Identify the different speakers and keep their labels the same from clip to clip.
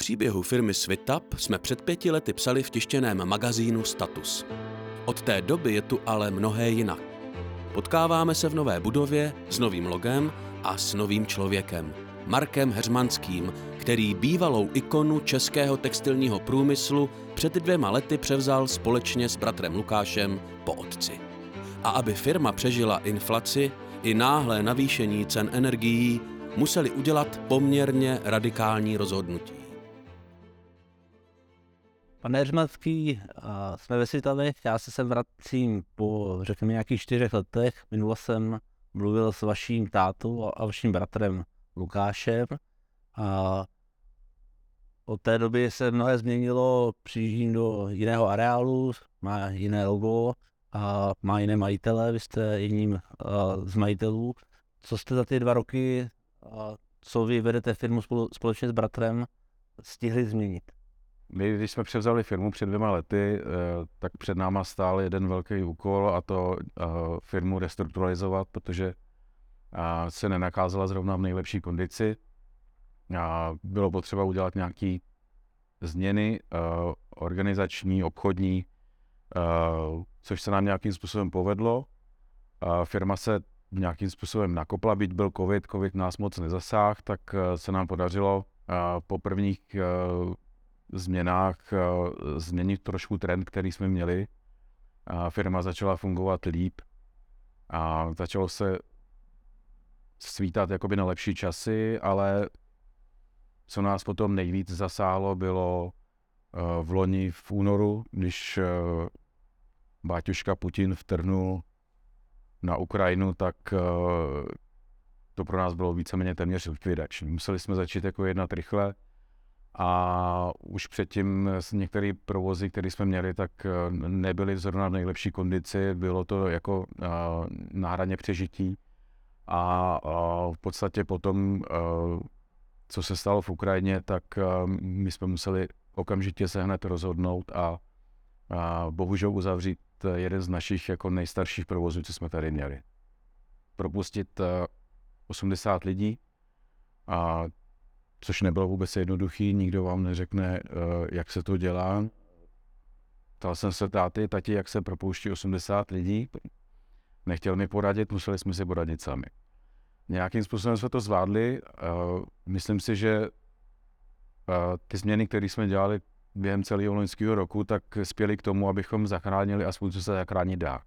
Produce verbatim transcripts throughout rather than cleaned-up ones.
Speaker 1: příběhu firmy SweetUp jsme před pěti lety psali v tištěném magazínu Status. Od té doby je tu ale mnohé jinak. Potkáváme se v nové budově s novým logem a s novým člověkem, Markem Heřmanským, který bývalou ikonu českého textilního průmyslu před dvěma lety převzal společně s bratrem Lukášem po otci. A aby firma přežila inflaci i náhlé navýšení cen energií, museli udělat poměrně radikální rozhodnutí.
Speaker 2: Pane Heřmanský, jsme ve Svitavech, já se sem vracím po, řekněme, nějakých čtyřech letech. Minule jsem mluvil s vaším tátou a vaším bratrem Lukášem. A od té doby se mnohé změnilo, přijíždím do jiného areálu, má jiné logo a má jiné majitele, vy jste jedním z majitelů. Co jste za ty dva roky, co vy vedete firmu spolu, společně s bratrem, stihli změnit?
Speaker 3: My, když jsme převzali firmu před dvěma lety, tak před náma stál jeden velký úkol, a to firmu restrukturalizovat, protože se nenacházela zrovna v nejlepší kondici. A bylo potřeba udělat nějaké změny organizační, obchodní, což se nám nějakým způsobem povedlo. Firma se nějakým způsobem nakopla, byť byl covid, covid nás moc nezasáhl, tak se nám podařilo po prvních změnách změnit trošku trend, který jsme měli. Firma začala fungovat líp a začalo se svítat jakoby na lepší časy, ale co nás potom nejvíc zasáhlo, bylo v loni v únoru, když báťuška Putin vtrhnul na Ukrajinu, tak to pro nás bylo víceméně téměř likvidační. Museli jsme začít jako jednat rychle a už předtím některé provozy, které jsme měli, tak nebyly zrovna v nejlepší kondici, bylo to jako na hraně přežití a v podstatě potom, co se stalo v Ukrajině, tak my jsme museli okamžitě se hned rozhodnout a, a bohužel uzavřít jeden z našich jako nejstarších provozů, co jsme tady měli. Propustit osmdesát lidí, a což nebylo vůbec jednoduchý, nikdo vám neřekne, jak se to dělá. Ptal jsem se táty, tati, jak se propouští osmdesát lidí. Nechtěl mi poradit, museli jsme si poradit sami. Nějakým způsobem jsme to zvládli. Myslím si, že ty změny, které jsme dělali během celého loňského roku, tak spěly k tomu, abychom zachránili aspoň, co se zachránit dá.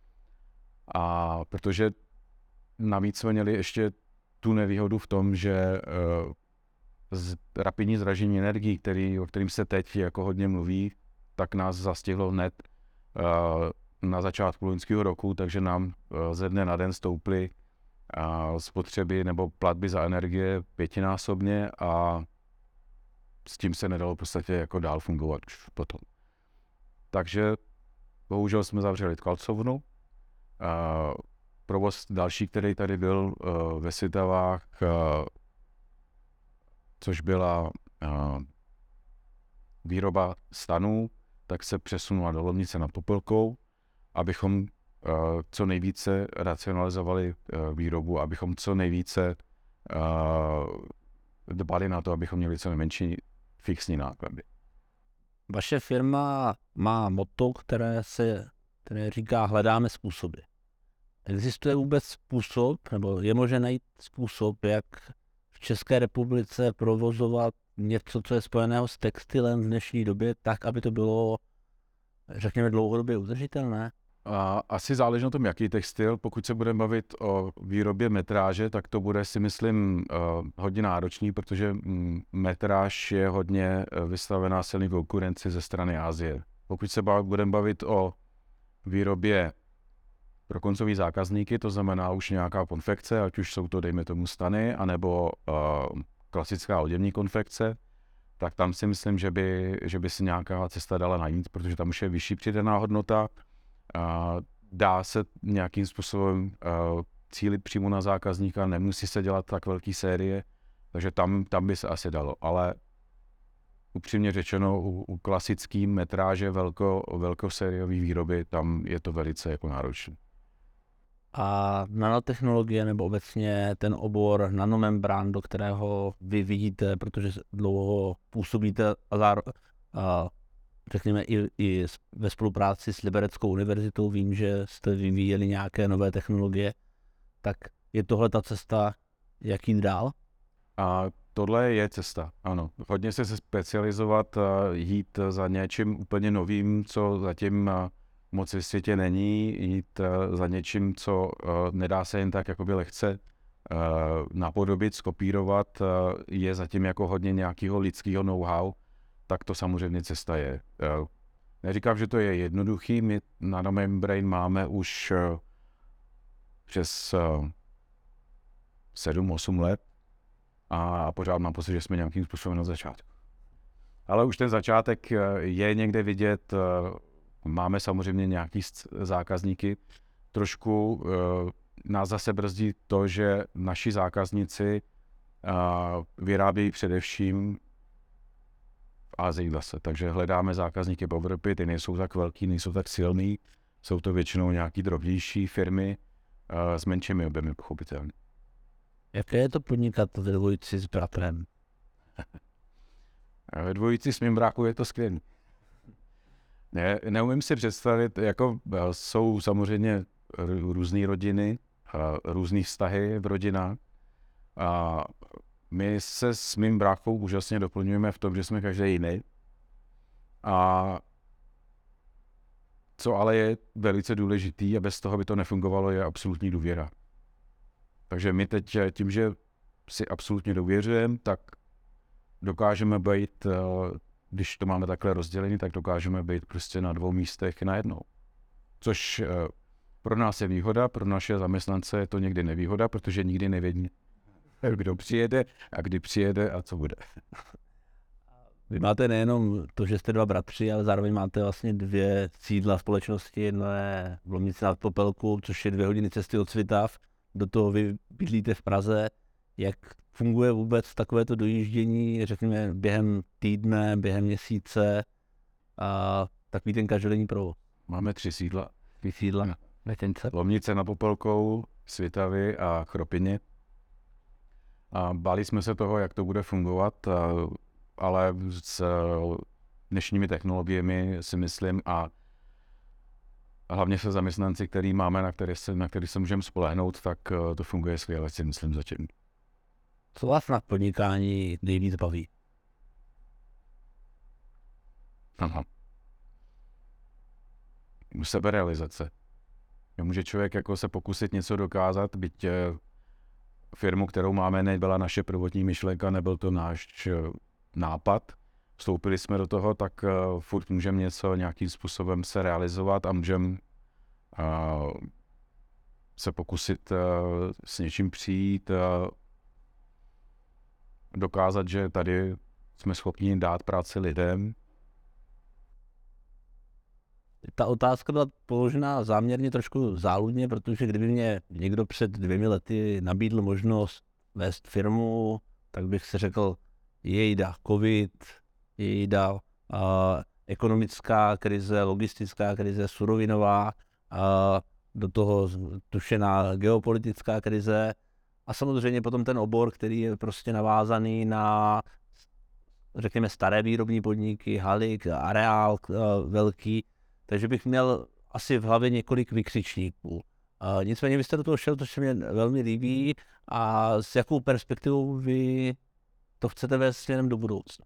Speaker 3: A protože navíc jsme měli ještě tu nevýhodu v tom, že z rapidní zdražení energií, který, o kterým se teď jako hodně mluví, tak nás zastihlo hned na začátku loňského roku, takže nám ze dne na den stouply spotřeby nebo platby za energie pětinásobně a s tím se nedalo v podstatě jako dál fungovat potom. Takže bohužel jsme zavřeli tkalcovnu. Provoz další, který tady byl ve Svitavách, což byla výroba stanů, tak se přesunula do Lomnice nad Popelkou, abychom co nejvíce racionalizovali výrobu, abychom co nejvíce dbali na to, abychom měli co nejmenší fixní náklady.
Speaker 2: Vaše firma má motto, které se které říká hledáme způsoby. Existuje vůbec způsob, nebo je možné najít způsob, jak v České republice provozovat něco, co je spojeného s textilem v dnešní době, tak, aby to bylo, řekněme, dlouhodobě udržitelné?
Speaker 3: A asi záleží na tom, jaký textil. Pokud se budeme bavit o výrobě metráže, tak to bude, si myslím, hodně náročný, protože metráž je hodně vystavená silné konkurenci ze strany Asie. Pokud se budeme bavit o výrobě pro koncový zákazníky, to znamená už nějaká konfekce, ať už jsou to, dejme tomu, stany, anebo uh, klasická oděvní konfekce, tak tam si myslím, že by, že by si nějaká cesta dala najít, protože tam už je vyšší přidaná hodnota. Uh, dá se nějakým způsobem uh, cílit přímo na zákazníka, nemusí se dělat tak velký série, takže tam, tam by se asi dalo. Ale upřímně řečeno, u, u klasický metráže velko, velkosériové výroby, tam je to velice jako náročné.
Speaker 2: A nanotechnologie nebo obecně ten obor nanomembrán, do kterého vy vidíte, protože dlouho působíte a, záro- a řekněme i, i ve spolupráci s Libereckou univerzitou, vím, že jste vyvíjeli nějaké nové technologie, tak je tohle ta cesta, jak jít dál?
Speaker 3: A tohle je cesta, ano. Hodně se specializovat, jít za něčím úplně novým, co zatím moc ve světě není, jít za něčím, co nedá se jen tak jakoby lehce napodobit, skopírovat, je zatím jako hodně nějakého lidského know-how, tak to samozřejmě cesta je. Neříkám, že to je jednoduchý, my nanomembrane máme už přes sedm osm let a pořád mám pocit, že jsme nějakým způsobem na začátku. Ale už ten začátek je někde vidět, máme samozřejmě nějaký zákazníky. Trošku nás zase brzdí to, že naši zákazníci vyrábějí především v Asii zase, takže hledáme zákazníky po Evropě, ty nejsou tak velký, nejsou tak silný, jsou to většinou nějaký drobnější firmy s menšími objemy, pochopitelně.
Speaker 2: Jaké je to podnikat ve dvojici s bratrem?
Speaker 3: Ve dvojici s mým brákou je to skvělé. Ne, neumím si představit, jako jsou samozřejmě různé rodiny, různé vztahy v rodinách. A my se s mým bráchou úžasně doplňujeme v tom, že jsme každý jiný. A co ale je velice důležitý a bez toho by to nefungovalo, je absolutní důvěra. Takže my teď tím, že si absolutně důvěřujeme, tak dokážeme být, když to máme takhle rozdělené, tak dokážeme být prostě na dvou místech najednou. Což pro nás je výhoda, pro naše zaměstnance je to někdy nevýhoda, protože nikdy nevědí, kdo přijede a kdy přijede a co bude.
Speaker 2: Vy máte nejenom to, že jste dva bratři, ale zároveň máte vlastně dvě sídla společnosti. Jedno je v Lomnici nad Popelkou, což je dvě hodiny cesty od Svitav. Do toho vy bydlíte v Praze. Jak funguje vůbec takovéto dojíždění, řekněme, během týdne, během měsíce a takový ten každodenní provoz?
Speaker 3: Máme tři sídla.
Speaker 2: Tři sídla? Vetěnce.
Speaker 3: Lomnice nad Popelkou, Svitavy a Chropiny. A báli jsme se toho, jak to bude fungovat, ale s dnešními technologiemi si myslím a hlavně se zaměstnanci, který máme, na který se, na který se můžeme spolehnout, tak to funguje skvěle, si myslím zatím.
Speaker 2: Co vás na podnikání nejvíc baví?
Speaker 3: Aha. Seberealizace. Může člověk jako se pokusit něco dokázat, byť firmu, kterou máme, nebyla naše prvotní myšlenka, nebyl to náš nápad. Vstoupili jsme do toho, tak uh, furt můžeme něco nějakým způsobem se realizovat a můžeme uh, se pokusit uh, s něčím přijít, uh, dokázat, že tady jsme schopni dát práci lidem.
Speaker 2: Ta otázka byla položená záměrně trošku záludně, protože kdyby mě někdo před dvěmi lety nabídl možnost vést firmu, tak bych si řekl, jejda covid, jejda uh, ekonomická krize, logistická krize, surovinová, uh, do toho tušená geopolitická krize a samozřejmě potom ten obor, který je prostě navázaný na, řekněme, staré výrobní podniky, haly, areál uh, velký, takže bych měl asi v hlavě několik vykřičníků. Uh, nicméně vy jste do toho šel, to se mě velmi líbí a s jakou perspektivou vy to chcete vést směrem do budoucna?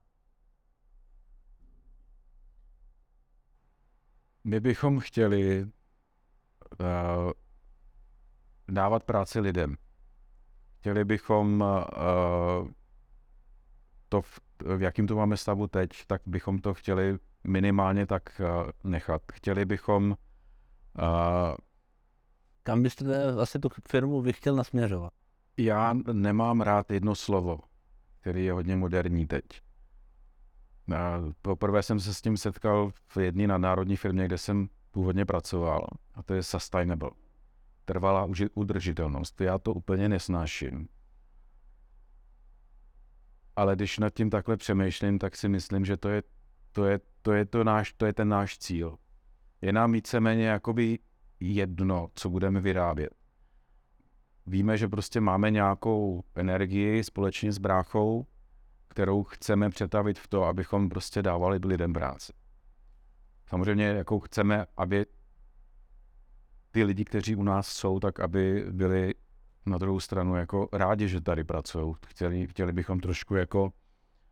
Speaker 3: My bychom chtěli uh, dávat práci lidem. Chtěli bychom uh, to, v, v jakým to máme stavu teď, tak bychom to chtěli minimálně tak uh, nechat. Chtěli bychom... Uh,
Speaker 2: Kam byste vlastně tu firmu vy chtěl nasměřovat?
Speaker 3: Já nemám rád jedno slovo, který je hodně moderní teď. Uh, poprvé jsem se s tím setkal v jedné nadnárodní firmě, kde jsem původně pracoval, a to je sustainable. Trvalá udržitelnost. Já to úplně nesnáším. Ale když nad tím takhle přemýšlím, tak si myslím, že to je, to je, to je, to náš, to je ten náš cíl. Je nám víceméně jakoby jedno, co budeme vyrábět. víme, že prostě máme nějakou energii společně s bráchou, kterou chceme přetavit v to, abychom prostě dávali lidem práci. Samozřejmě jako chceme, aby ty lidi, kteří u nás jsou, tak aby byli na druhou stranu jako rádi, že tady pracují. Chtěli, chtěli bychom trošku jako uh,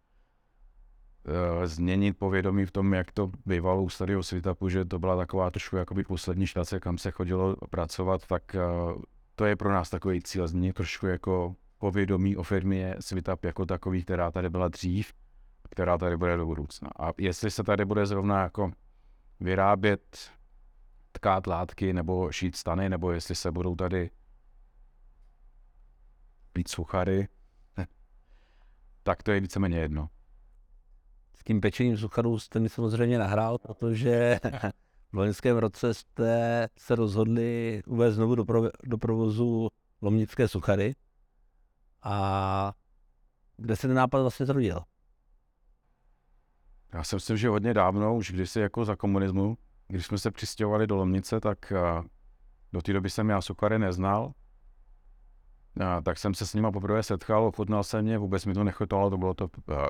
Speaker 3: změnit povědomí v tom, jak to bývalo u starého Svitapu, že to byla taková trošku jakoby poslední štace, kam se chodilo pracovat, tak uh, to je pro nás takový cíl, změnit trošku jako povědomí o firmě Svitap jako takový, která tady byla dřív, která tady bude do budoucna. A jestli se tady bude zrovna jako vyrábět, tkát látky nebo šít stany, nebo jestli se budou tady pít suchary, tak to je víceméně jedno.
Speaker 2: S tím pečením sucharů jste mi samozřejmě nahrál, protože v loňském roce jste se rozhodli uvést znovu do, pro, do provozu lomnické suchary. A kde se ten nápad vlastně zrodil?
Speaker 3: Já si myslím, že hodně dávno, už kdysi jako za komunismu, když jsme se přistěhovali do Lomnice, tak do té doby jsem já suchary neznal. A tak jsem se s nima poprvé setkal, ochutnal jsem je, vůbec mi to nechutnalo, to bylo to uh,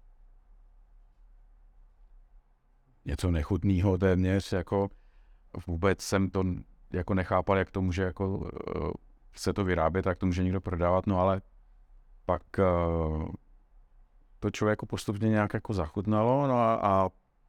Speaker 3: něco nechutného téměř, jako vůbec jsem to jako nechápal, jak to může jako uh, se to vyrábět, jak to může někdo prodávat, no ale pak uh, to člověku postupně nějak jako zachutnalo, no a, a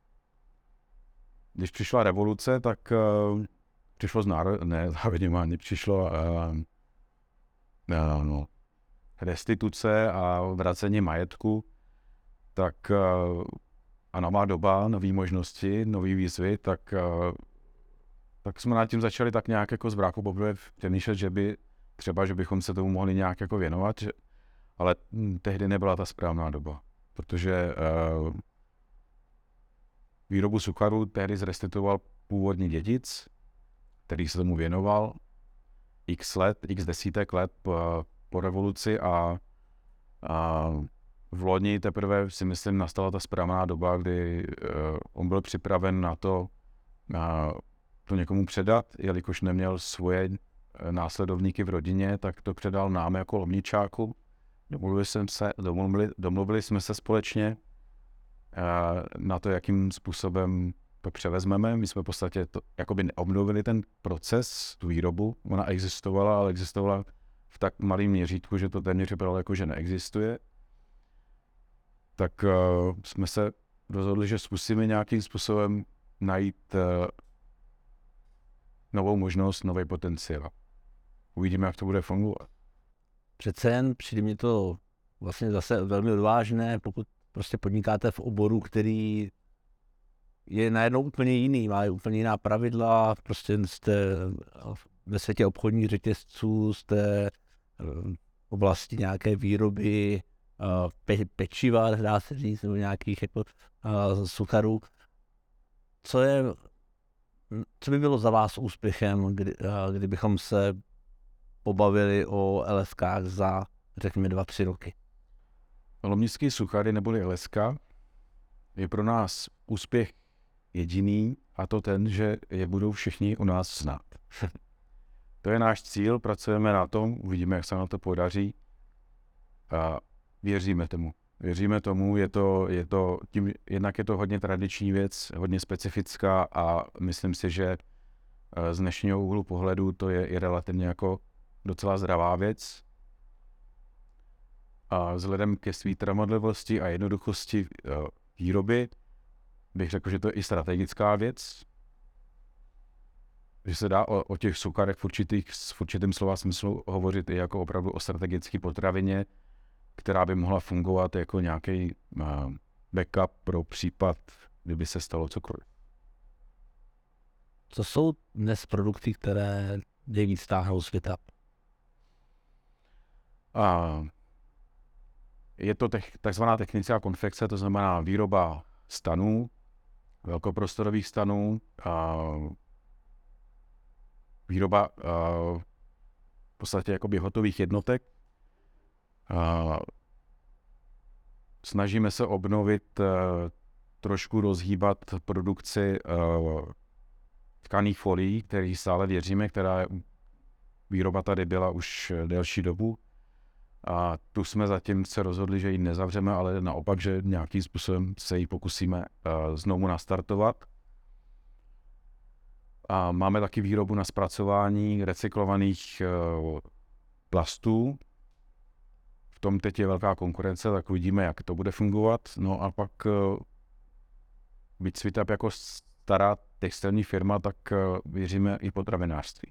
Speaker 3: když přišla revoluce, tak uh, přišlo z náro... ne, závěděmání, přišlo uh, uh, no, restituce a vracení majetku, tak uh, a nová doba, nové možnosti, nové výzvy, tak, uh, tak jsme nad tím začali tak nějak jako z bráku poprvé přemýšlet, že by třeba, že bychom se tomu mohli nějak jako věnovat, že, ale hm, tehdy nebyla ta správná doba, protože uh, výrobu sucharu tehdy zrestituoval původní dědic, který se tomu věnoval x let, x desítek let po, po revoluci a, a v loni teprve si myslím nastala ta správná doba, kdy uh, on byl připraven na to uh, to někomu předat, jelikož neměl svoje uh, následovníky v rodině, tak to předal nám jako lomničáku. Domluvili jsme se, domluvili, domluvili jsme se společně na to, jakým způsobem to převezmeme. My jsme v podstatě to, jakoby neobnovili ten proces, tu výrobu. Ona existovala, ale existovala v tak malém měřítku, že to téměř vypadalo jako, že neexistuje. Tak uh, jsme se rozhodli, že zkusíme nějakým způsobem najít uh, novou možnost, nový potenciál. Uvidíme, jak to bude fungovat.
Speaker 2: Přece jen přijde mi to vlastně zase velmi odvážné, pokud prostě podnikáte v oboru, který je najednou úplně jiný, má úplně jiná pravidla, prostě jste ve světě obchodních řetězců, jste v oblasti nějaké výroby pe, pečiva, dá se říct, nebo nějakých jako sucharů. Co je, co by bylo za vás úspěchem, kdy, kdybychom se pobavili o el es kách za, řekněme, dva, tři roky?
Speaker 3: Lomnický suchary neboli el es ká je pro nás úspěch jediný, a to ten, že je budou všichni u nás znát. To je náš cíl, pracujeme na tom, uvidíme, jak se na to podaří a věříme tomu. Věříme tomu, je to, je to tím, jednak je to hodně tradiční věc, hodně specifická a myslím si, že z dnešního úhlu pohledu to je i relativně jako docela zdravá věc. A vzhledem ke své trvanlivosti a jednoduchosti výroby bych řekl, že to je i strategická věc. Že se dá o, o těch sucharech v, určitých, v určitém slova smyslu hovořit i jako opravdu o strategické potravině, která by mohla fungovat jako nějaký uh, backup pro případ, kdyby se stalo cokoliv.
Speaker 2: Co jsou dnes produkty, které nejvíc táhnou Svitap?
Speaker 3: Uh, je to tech, takzvaná technická konfekce, to znamená výroba stanů, velkoprostorových stanů, uh, výroba uh, v podstatě jakoby hotových jednotek. Uh, snažíme se obnovit, uh, trošku rozhýbat produkci uh, tkaných folií, který stále věříme, která je výroba tady byla už delší dobu a tu jsme zatím se rozhodli, že ji nezavřeme, ale naopak, že nějakým způsobem se ji pokusíme znovu nastartovat. A máme taky výrobu na zpracování recyklovaných plastů. V tom teď je velká konkurence, tak uvidíme, jak to bude fungovat. No a pak byť Sweetup jako stará textilní firma, tak věříme i potravinářství.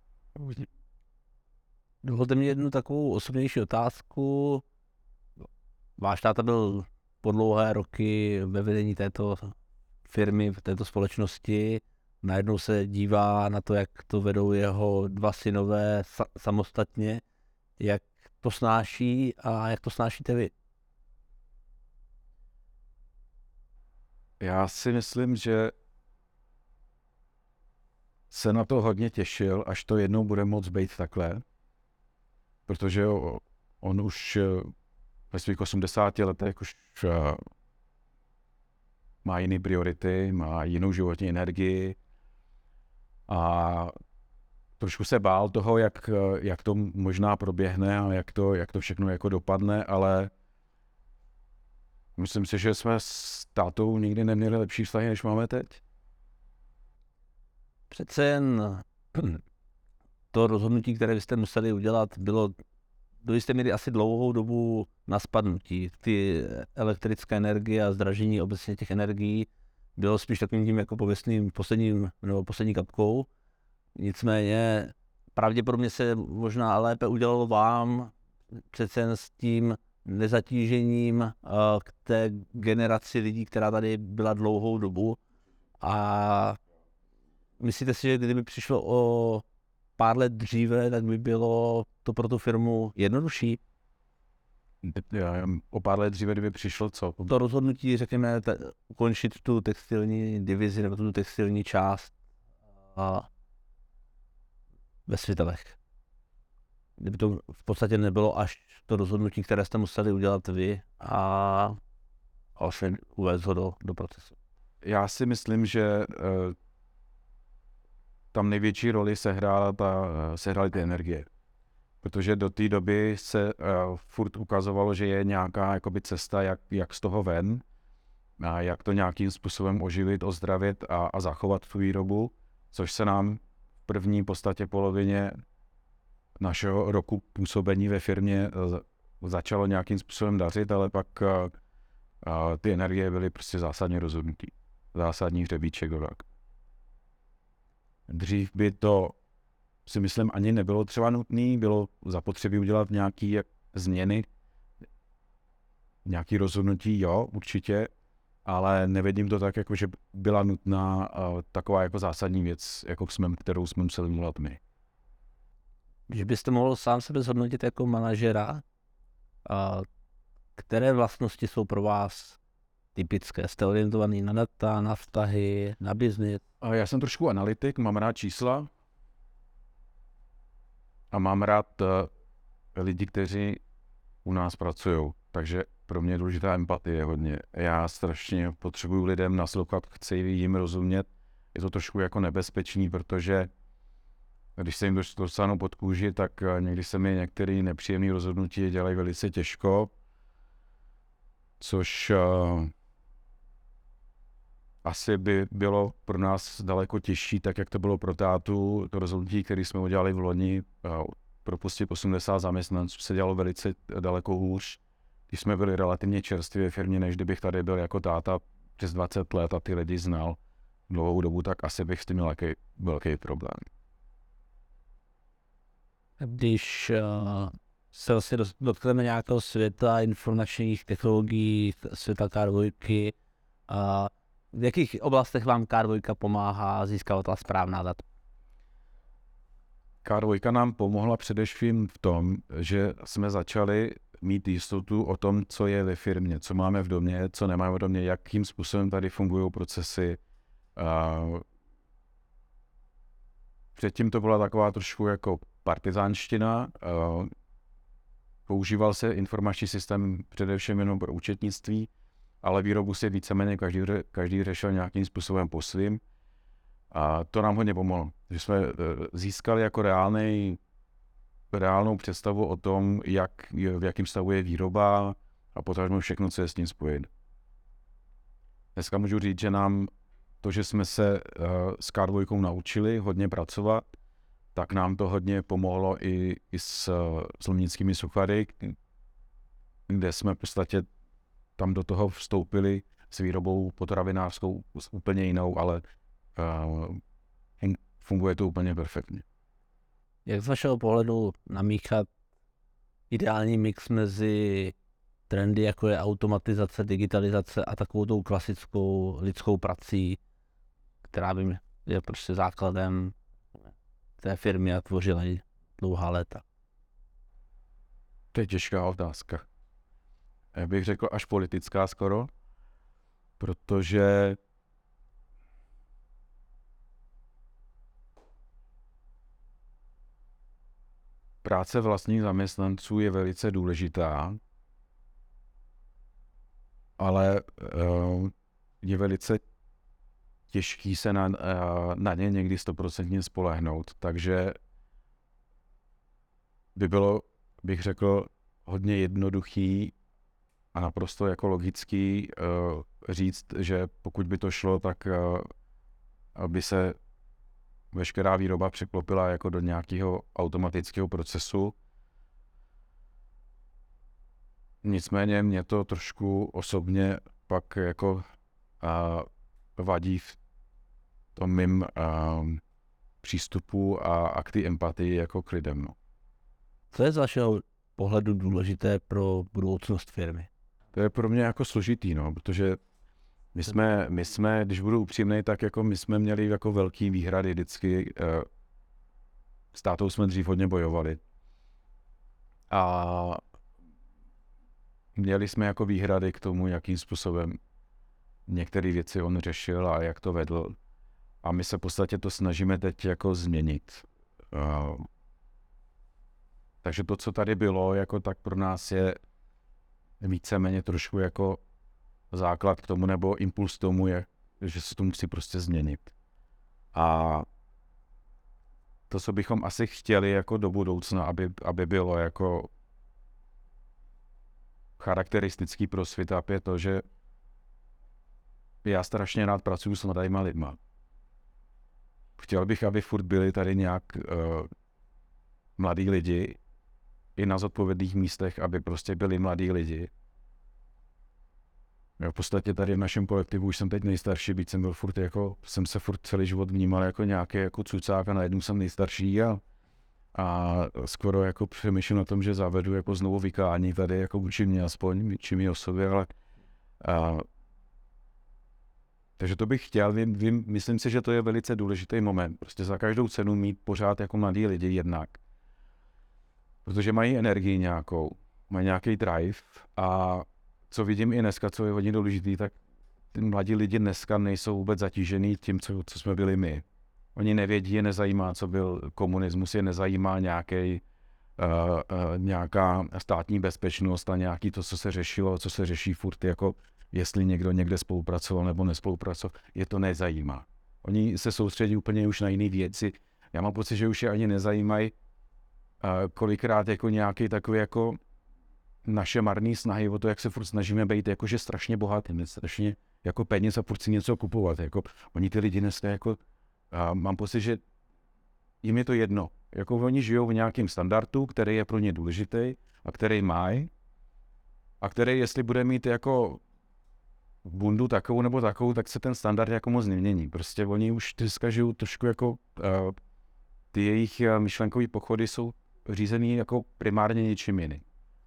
Speaker 2: Dovolte mi jednu takovou osobnější otázku. Váš táta byl po dlouhé roky ve vedení této firmy, v této společnosti. Najednou se dívá na to, jak to vedou jeho dva synové sa- samostatně. Jak to snáší a jak to snášíte vy?
Speaker 3: Já si myslím, že se na to hodně těšil, až to jednou bude moct být takhle. Protože on už ve svých osmdesáti letech už má jiné priority, má jinou životní energii a trošku se bál toho, jak, jak to možná proběhne a jak to, jak to všechno jako dopadne, ale myslím si, že jsme s tátou nikdy neměli lepší vztahy, než máme teď.
Speaker 2: Přece jen to rozhodnutí, které byste museli udělat, bylo do jisté míry asi dlouhou dobu na spadnutí. Ty elektrické energie a zdražení obecně těch energií bylo spíš takovým tím jako pověstným posledním nebo poslední kapkou. Nicméně pravděpodobně se možná lépe udělalo vám přece jen s tím nezatížením k té generaci lidí, která tady byla dlouhou dobu. A myslíte si, že kdyby přišlo o pár let dříve, tak by bylo to pro tu firmu jednodušší?
Speaker 3: O pár let dříve, kdyby přišlo co?
Speaker 2: To rozhodnutí, řekněme, te, ukončit tu textilní divizi nebo tu textilní část a ve Světelech. Kdyby to v podstatě nebylo až to rozhodnutí, které jste museli udělat vy a vlastně uvést ho do, do procesu.
Speaker 3: Já si myslím, že uh, tam největší roli sehrála ta, sehrály ty energie. Protože do té doby se uh, furt ukazovalo, že je nějaká jakoby cesta, jak, jak z toho ven, a jak to nějakým způsobem oživit, ozdravit a, a zachovat tu výrobu, což se nám v první podstatě polovině našeho roku působení ve firmě uh, začalo nějakým způsobem dařit, ale pak uh, uh, ty energie byly prostě zásadně rozhodnutý. Zásadní hřebíček do rak. Dřív by to, si myslím, ani nebylo třeba nutné, bylo zapotřebí udělat nějaké změny, nějaké rozhodnutí, jo, určitě, ale nevidím to tak, jako že byla nutná uh, taková jako zásadní věc, jako jsme, kterou jsme museli udělat my.
Speaker 2: Že byste mohl sám sebe zhodnotit jako manažera, a které vlastnosti jsou pro vás typické? Jste orientovaný na data, na vztahy, na biznis?
Speaker 3: Já jsem trošku analytik, mám rád čísla a mám rád uh, lidi, kteří u nás pracují. Takže pro mě je důležitá empatie hodně. Já strašně potřebuji lidem naslouchat, chci jim rozumět. Je to trošku jako nebezpečný, protože když se jim dostanu pod kůži, tak někdy se mi některé nepříjemné rozhodnutí dělají velice těžko, což uh, asi by bylo pro nás daleko těžší, tak jak to bylo pro tátu. To rozhodnutí, které jsme udělali v loni, propustit osmdesát zaměstnanců, se dělalo velice daleko hůř. Když jsme byli relativně čerství ve firmě, než kdybych tady byl jako táta přes dvacet let a ty lidi znal dlouhou dobu, tak asi bych s tím měl jaký velký problém. Když
Speaker 2: uh, se vlastně dotkneme nějakého světa informačních technologií, světa K dva, uh, v jakých oblastech vám K dva pomáhá získávat ta správná data?
Speaker 3: K dva nám pomohla především v tom, že jsme začali mít jistotu o tom, co je ve firmě, co máme v domě, co nemáme v domě, jakým způsobem tady fungují procesy. Předtím to byla taková trošku jako partizánština. Používal se informační systém především jenom pro účetnictví, ale výrobu si víceméně každý, každý řešil nějakým způsobem po svým. A to nám hodně pomohlo, že jsme získali jako reálný reálnou představu o tom, jak, v jakém stavu je výroba a potažmo všechno, co je s tím spojen. Dneska můžu říct, že nám to, že jsme se uh, s K dva naučili hodně pracovat, tak nám to hodně pomohlo i, i s, s Lomnickými suchary, kde jsme v podstatě tam do toho vstoupili s výrobou potravinářskou úplně jinou, ale uh, funguje to úplně perfektně.
Speaker 2: Jak z vašeho pohledu namíchat ideální mix mezi trendy, jako je automatizace, digitalizace a takovou tou klasickou lidskou prací, která by je prostě základem té firmy a tvořila ji dlouhá léta?
Speaker 3: To je těžká otázka. Já bych řekl až politická skoro, protože práce vlastních zaměstnanců je velice důležitá, ale uh, je velice těžký se na, uh, na ně někdy stoprocentně spolehnout, takže by bylo, bych řekl, hodně jednoduchý a naprosto jako logický uh, říct, že pokud by to šlo, tak uh, aby se veškerá výroba překlopila jako do nějakého automatického procesu. Nicméně mě to trošku osobně pak jako uh, vadí v tom mým uh, přístupu a, a k té empatii jako k lidem. No.
Speaker 2: Co je z vašeho pohledu důležité pro budoucnost firmy?
Speaker 3: To je pro mě jako složitý, no, protože my jsme, my jsme, když budu upřímnej, tak jako my jsme měli jako velký výhrady vždycky. Uh, s tátou jsme dřív hodně bojovali. A měli jsme jako výhrady k tomu, jakým způsobem některé věci on řešil a jak to vedl. A my se v podstatě to snažíme teď jako změnit. Uh, takže to, co tady bylo, jako tak pro nás je víceméně trošku jako základ k tomu, nebo impuls k tomu je, že se to musí prostě změnit. A to, co bychom asi chtěli jako do budoucna, aby, aby bylo jako charakteristický pro Svitap, je to, že já strašně rád pracuji s mladýma lidma. Chtěl bych, aby furt byli tady nějak uh, mladí lidi, i na zodpovědných místech, aby prostě byli mladí lidi. Já v podstatě tady v našem kolektivu už jsem teď nejstarší, byť jsem byl furt jako, jsem se furt celý život vnímal jako nějaký jako cucák a najednou jsem nejstarší a, a skoro jako přemýšlím na tom, že zavedu jako znovu vykání tady jako vůči mě aspoň, vůči mý osobě, ale a, takže to bych chtěl, vím, vím, myslím si, že to je velice důležitý moment, prostě za každou cenu mít pořád jako mladí lidi jednak, protože mají energii nějakou, mají nějaký drive a co vidím i dneska, co je hodně důležitý, tak ty mladí lidi dneska nejsou vůbec zatížený tím, co, co jsme byli my. Oni nevědí, je nezajímá, co byl komunismus, je nezajímá nějaký, uh, uh, nějaká státní bezpečnost a nějaký to, co se řešilo, co se řeší furt, jako jestli někdo někde spolupracoval nebo nespolupracoval, je to nezajímá. Oni se soustředí úplně už na jiné věci. Já mám pocit, že už je ani nezajímají, uh, kolikrát jako nějaký takový jako naše marné snahy o to, jak se furt snažíme být jakože strašně bohatý, strašně jako peněz a furt si něco kupovat. Jako, oni ty lidi dneska jako, a mám pocit, že jim je to jedno. Jako oni žijou v nějakém standardu, který je pro ně důležitý a který mají a který, jestli bude mít jako bundu takovou nebo takovou, tak se ten standard jako moc nemění. Prostě oni už dneska žijou trošku jako, uh, ty jejich myšlenkové pochody jsou řízený jako primárně něčím jiným.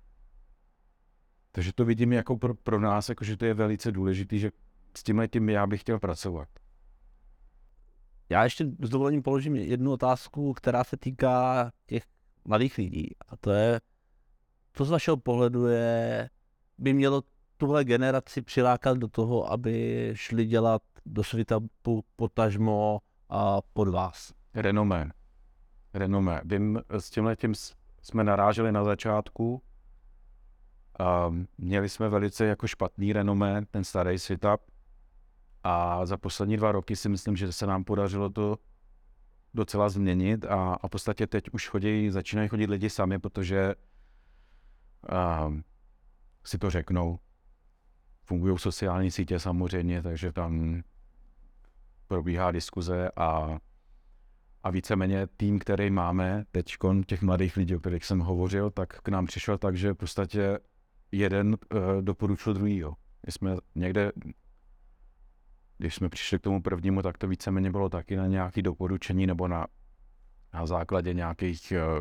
Speaker 3: Takže to vidím jako pro, pro nás, jako že to je velice důležitý, že s tímhle tím já bych chtěl pracovat.
Speaker 2: Já ještě s dovolením položím jednu otázku, která se týká těch mladých lidí. A to je, co z vašeho pohledu je, by mělo tuhle generaci přilákat do toho, aby šli dělat do Svitapu potažmo a pod vás?
Speaker 3: Renomé. Renomé. Vím, s tímhletím jsme naráželi na začátku. Um, měli jsme velice jako špatný renomé, ten starý Svitap. A za poslední dva roky si myslím, že se nám podařilo to docela změnit a, a v podstatě teď už chodí, začínají chodit lidi sami, protože uh, si to řeknou. Fungují sociální sítě samozřejmě, takže tam probíhá diskuze a, a víceméně tým, který máme teď, těch mladých lidí, o kterých jsem hovořil, tak k nám přišel tak, že v podstatě jeden uh, doporučil druhýho. My jsme někde, když jsme přišli k tomu prvnímu, tak to víceméně bylo taky na nějaké doporučení nebo na, na základě nějakých uh,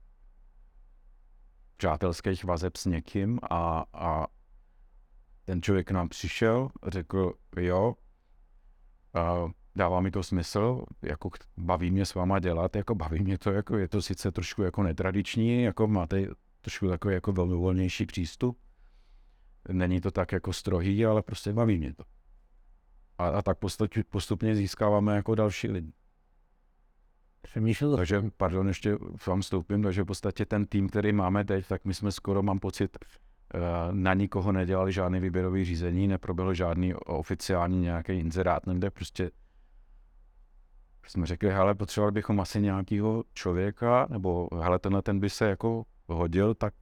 Speaker 3: přátelských vazeb s někým a, a ten člověk k nám přišel, řekl, jo, uh, dává mi to smysl, jako baví mě s váma dělat, jako baví mě to, jako je to sice trošku jako netradiční, jako máte trošku takový jako velmi volnější přístup, není to tak jako strohý, ale prostě baví mě to. A, a tak postupně, postupně získáváme jako další lidi.
Speaker 2: Přemýšlel.
Speaker 3: Takže, pardon, ještě vám vstoupím, takže v podstatě ten tým, který máme teď, tak my jsme skoro, mám pocit, na nikoho nedělali žádný výběrový řízení, neproběhl žádný oficiální nějaký inzerát, někde prostě jsme řekli, hele, potřebovali bychom asi nějakého člověka, nebo hele, tenhle ten by se jako hodil, tak,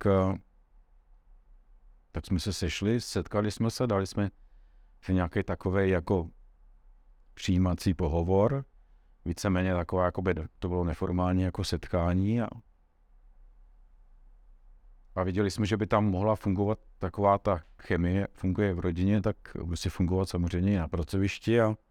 Speaker 3: tak jsme se sešli, setkali jsme se, dali jsme si nějaký takovej jako přijímací pohovor, víceméně taková, jako by to bylo neformální jako setkání a A viděli jsme, že by tam mohla fungovat taková ta chemie, funguje v rodině, tak musí fungovat samozřejmě i na pracovišti. A...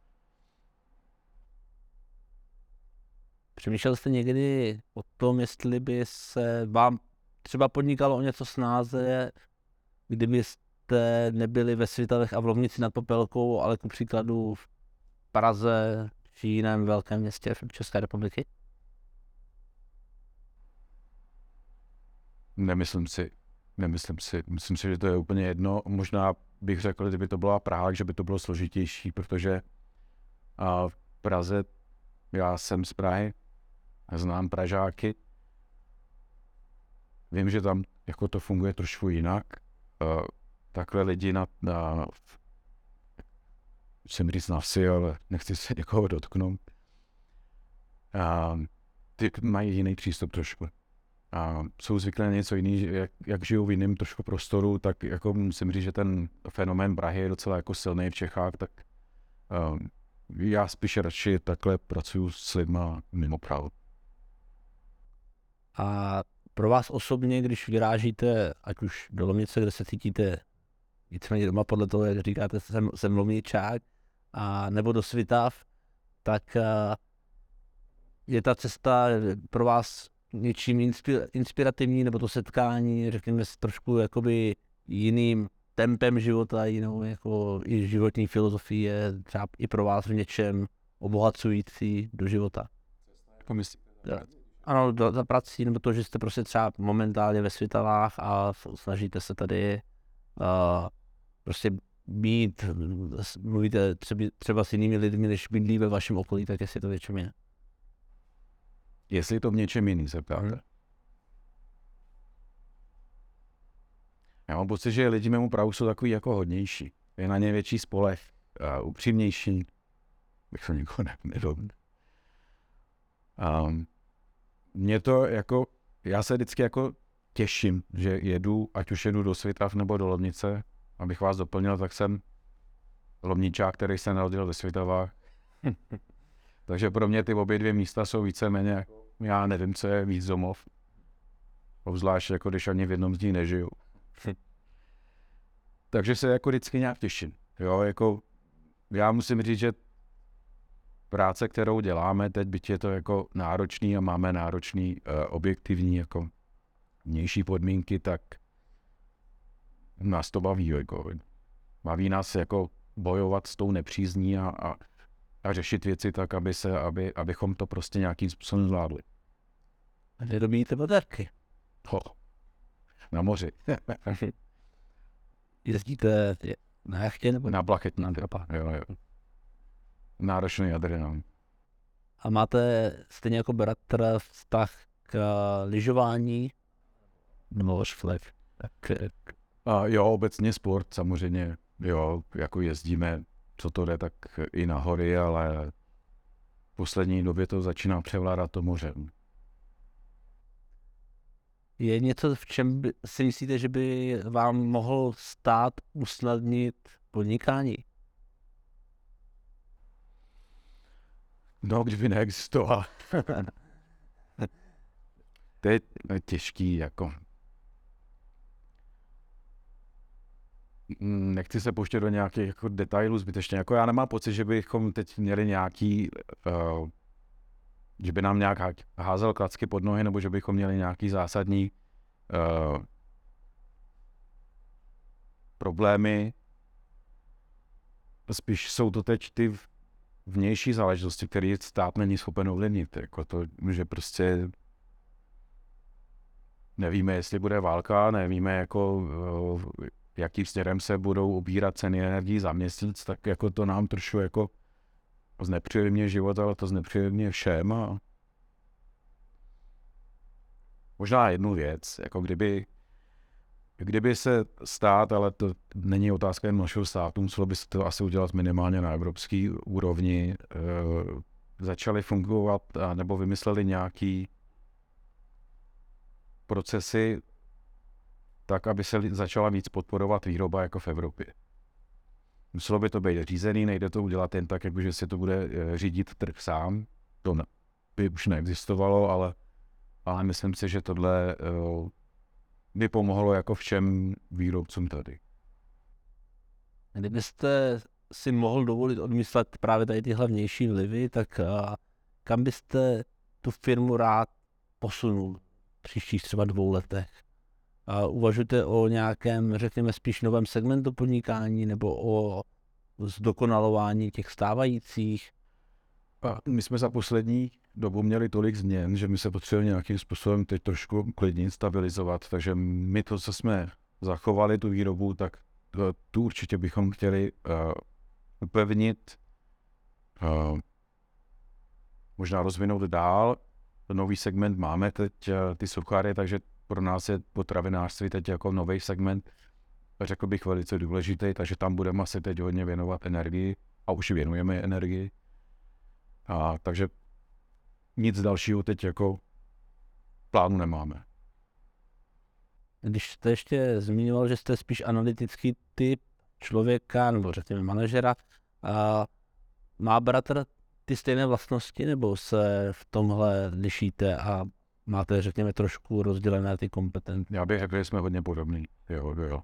Speaker 2: Přemýšlel jste někdy o tom, jestli by se vám třeba podnikalo o něco snáze, kdybyste nebyli ve Svitavech a v Lomnici nad Popelkou, ale ku příkladu v Praze či jiném velkém městě v České republiky?
Speaker 3: Nemyslím si. Nemyslím si. Myslím si, že to je úplně jedno. Možná bych řekl, kdyby to byla Praha, že by to bylo složitější, protože a v Praze, já jsem z Prahy, znám Pražáky. Vím, že tam jako to funguje trošku jinak. Uh, takhle lidi na, na jsem říct na vsi, ale nechci se někoho dotknout. Uh, ty mají jiný přístup trošku. A jsou zvyklí na něco jiný, jak, jak žijou v jiném trošku prostoru, tak jako musím říct, že ten fenomén Prahy je docela jako silný v Čechách, tak uh, já spíš radši takhle pracuji s lidma mimo Prahu.
Speaker 2: A pro vás osobně, když vyrážíte, ať už do Lomnice, kde se cítíte víceméně doma podle toho, jak říkáte, jsem, jsem Lomničák, a nebo do Svitav, tak uh, je ta cesta pro vás něčím inspir, inspirativní, nebo to setkání, řekněme, s trošku jakoby jiným tempem života, jinou jako i životní filozofie je třeba i pro vás v něčem obohacující do života.
Speaker 3: Jako myslíte?
Speaker 2: Ano, do, za prací, nebo to, že jste prostě třeba momentálně ve Svitavách a snažíte se tady uh, prostě být, mluvíte třeba, třeba s jinými lidmi, než bydlí ve vašem okolí, tak jestli to většinou je.
Speaker 3: Jestli to v něčem jiný se ptáte. Hmm. Já mám pocit, že lidi mému Prahu jsou takový jako hodnější. Je na ně větší spoleh, uh, upřímnější. Bych to nikoho ne- nedobil. Um, mě to jako, já se vždycky jako těším, že jedu, ať už jedu do Svitav nebo do Lomnice. Abych vás doplnil, tak jsem Lomničák, který se narodil ve Svitavách. Takže pro mě ty obě dvě místa jsou víceméně, já nevím, co je víc domov. Obzvlášť, jako když ani v jednom z nich nežiju. Takže se jako vždycky nějak těším. Jo, jako já musím říct, že práce, kterou děláme teď, byť je to jako náročný a máme náročný uh, objektivní jako vnější podmínky, tak nás to baví. Jako. Baví nás jako bojovat s tou nepřízní a, a, a řešit věci tak, aby se, aby, abychom to prostě nějakým způsobem zvládli.
Speaker 2: A vyrobíte baterky.
Speaker 3: Ho. Na moři.
Speaker 2: Jezdíte na jachtě nebo
Speaker 3: na blachetní.
Speaker 2: Na
Speaker 3: jo, jo. Náročný adrenalin.
Speaker 2: A máte stejně jako bratr vztah k uh, lyžování? Nebo švlek? Tak,
Speaker 3: A jo, obecně sport samozřejmě. Jo, jako jezdíme, co to jde, tak i na hory, ale poslední době to začíná převládat to mořem.
Speaker 2: Je něco, v čem by, si myslíte, že by vám mohl stát usnadnit podnikání?
Speaker 3: No, kdyby neexistoval. To je těžký, jako. Nechci se pouštět do nějakých jako detailů zbytečně. Jako já nemám pocit, že bychom teď měli nějaký, uh, že by nám nějak házel klacky pod nohy, nebo že bychom měli nějaký zásadní uh, problémy. Spíš jsou to teď ty vnější záležitosti, které stát není schopen ovlivnit. Jako to, že prostě nevíme, jestli bude válka, nevíme, jako, uh, jakým směrem se budou ubírat ceny energií za měsíc, tak jako to nám trošku jako znepříjemňuje život, ale to znepříjemňuje všem. A možná jednu věc, jako kdyby, kdyby se stát, ale to není otázka jen našeho státu, muselo by se to asi udělat minimálně na evropské úrovni, e, začaly fungovat a, nebo vymysleli nějaký procesy tak, aby se začala víc podporovat výroba jako v Evropě. Muselo by to být řízený, nejde to udělat jen tak, jako že se to bude řídit trh sám. To ne, by už neexistovalo, ale, ale myslím si, že tohle uh, by pomohlo jako všem výrobcům tady.
Speaker 2: Kdybyste si mohl dovolit odmyslet právě tady ty hlavnější vlivy, tak uh, kam byste tu firmu rád posunul v příštích třeba dvou letech? A uvažujete o nějakém, řekněme, spíš novém segmentu podnikání nebo o zdokonalování těch stávajících?
Speaker 3: A my jsme za poslední dobu měli tolik změn, že my se potřebujeme nějakým způsobem teď trošku klidnit, stabilizovat. Takže my to, co jsme zachovali, tu výrobu, tak tu určitě bychom chtěli uh, upevnit, uh, možná rozvinout dál. Nový segment máme teď, uh, ty suchary, takže pro nás je potravinářství teď jako nový segment, řekl bych velice důležitý, takže tam budeme asi teď hodně věnovat energii a už věnujeme energii. A takže nic dalšího teď jako plánu nemáme.
Speaker 2: Když jste ještě zmiňoval, že jste spíš analytický typ člověka, nebo řekněme manažera, a má bratr ty stejné vlastnosti, nebo se v tomhle lišíte a máte, řekněme, trošku rozdělené ty kompetence?
Speaker 3: Já bych řekl, že jsme hodně podobní. Jo, jo.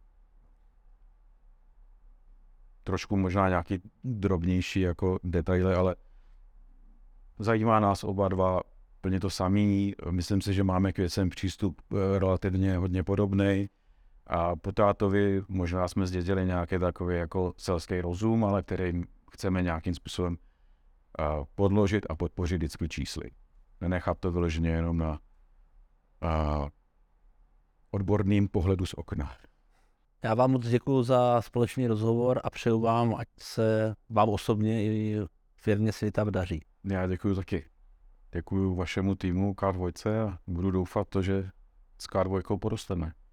Speaker 3: Trošku možná nějaký drobnější jako detaily, ale zajímá nás oba dva plně to samý. Myslím si, že máme k věcem přístup relativně hodně podobný. A po tátovi možná jsme zdědili nějaký takový jako selský rozum, ale který chceme nějakým způsobem podložit a podpořit vždycky čísly. Nenechat to vyloženě jenom na a odborným pohledu z okna.
Speaker 2: Já vám moc děkuji za společný rozhovor a přeju vám, ať se vám osobně i firmě Svitav daří.
Speaker 3: Já děkuji taky. Děkuji vašemu týmu K dva a budu doufat to, že s K dva porosteme.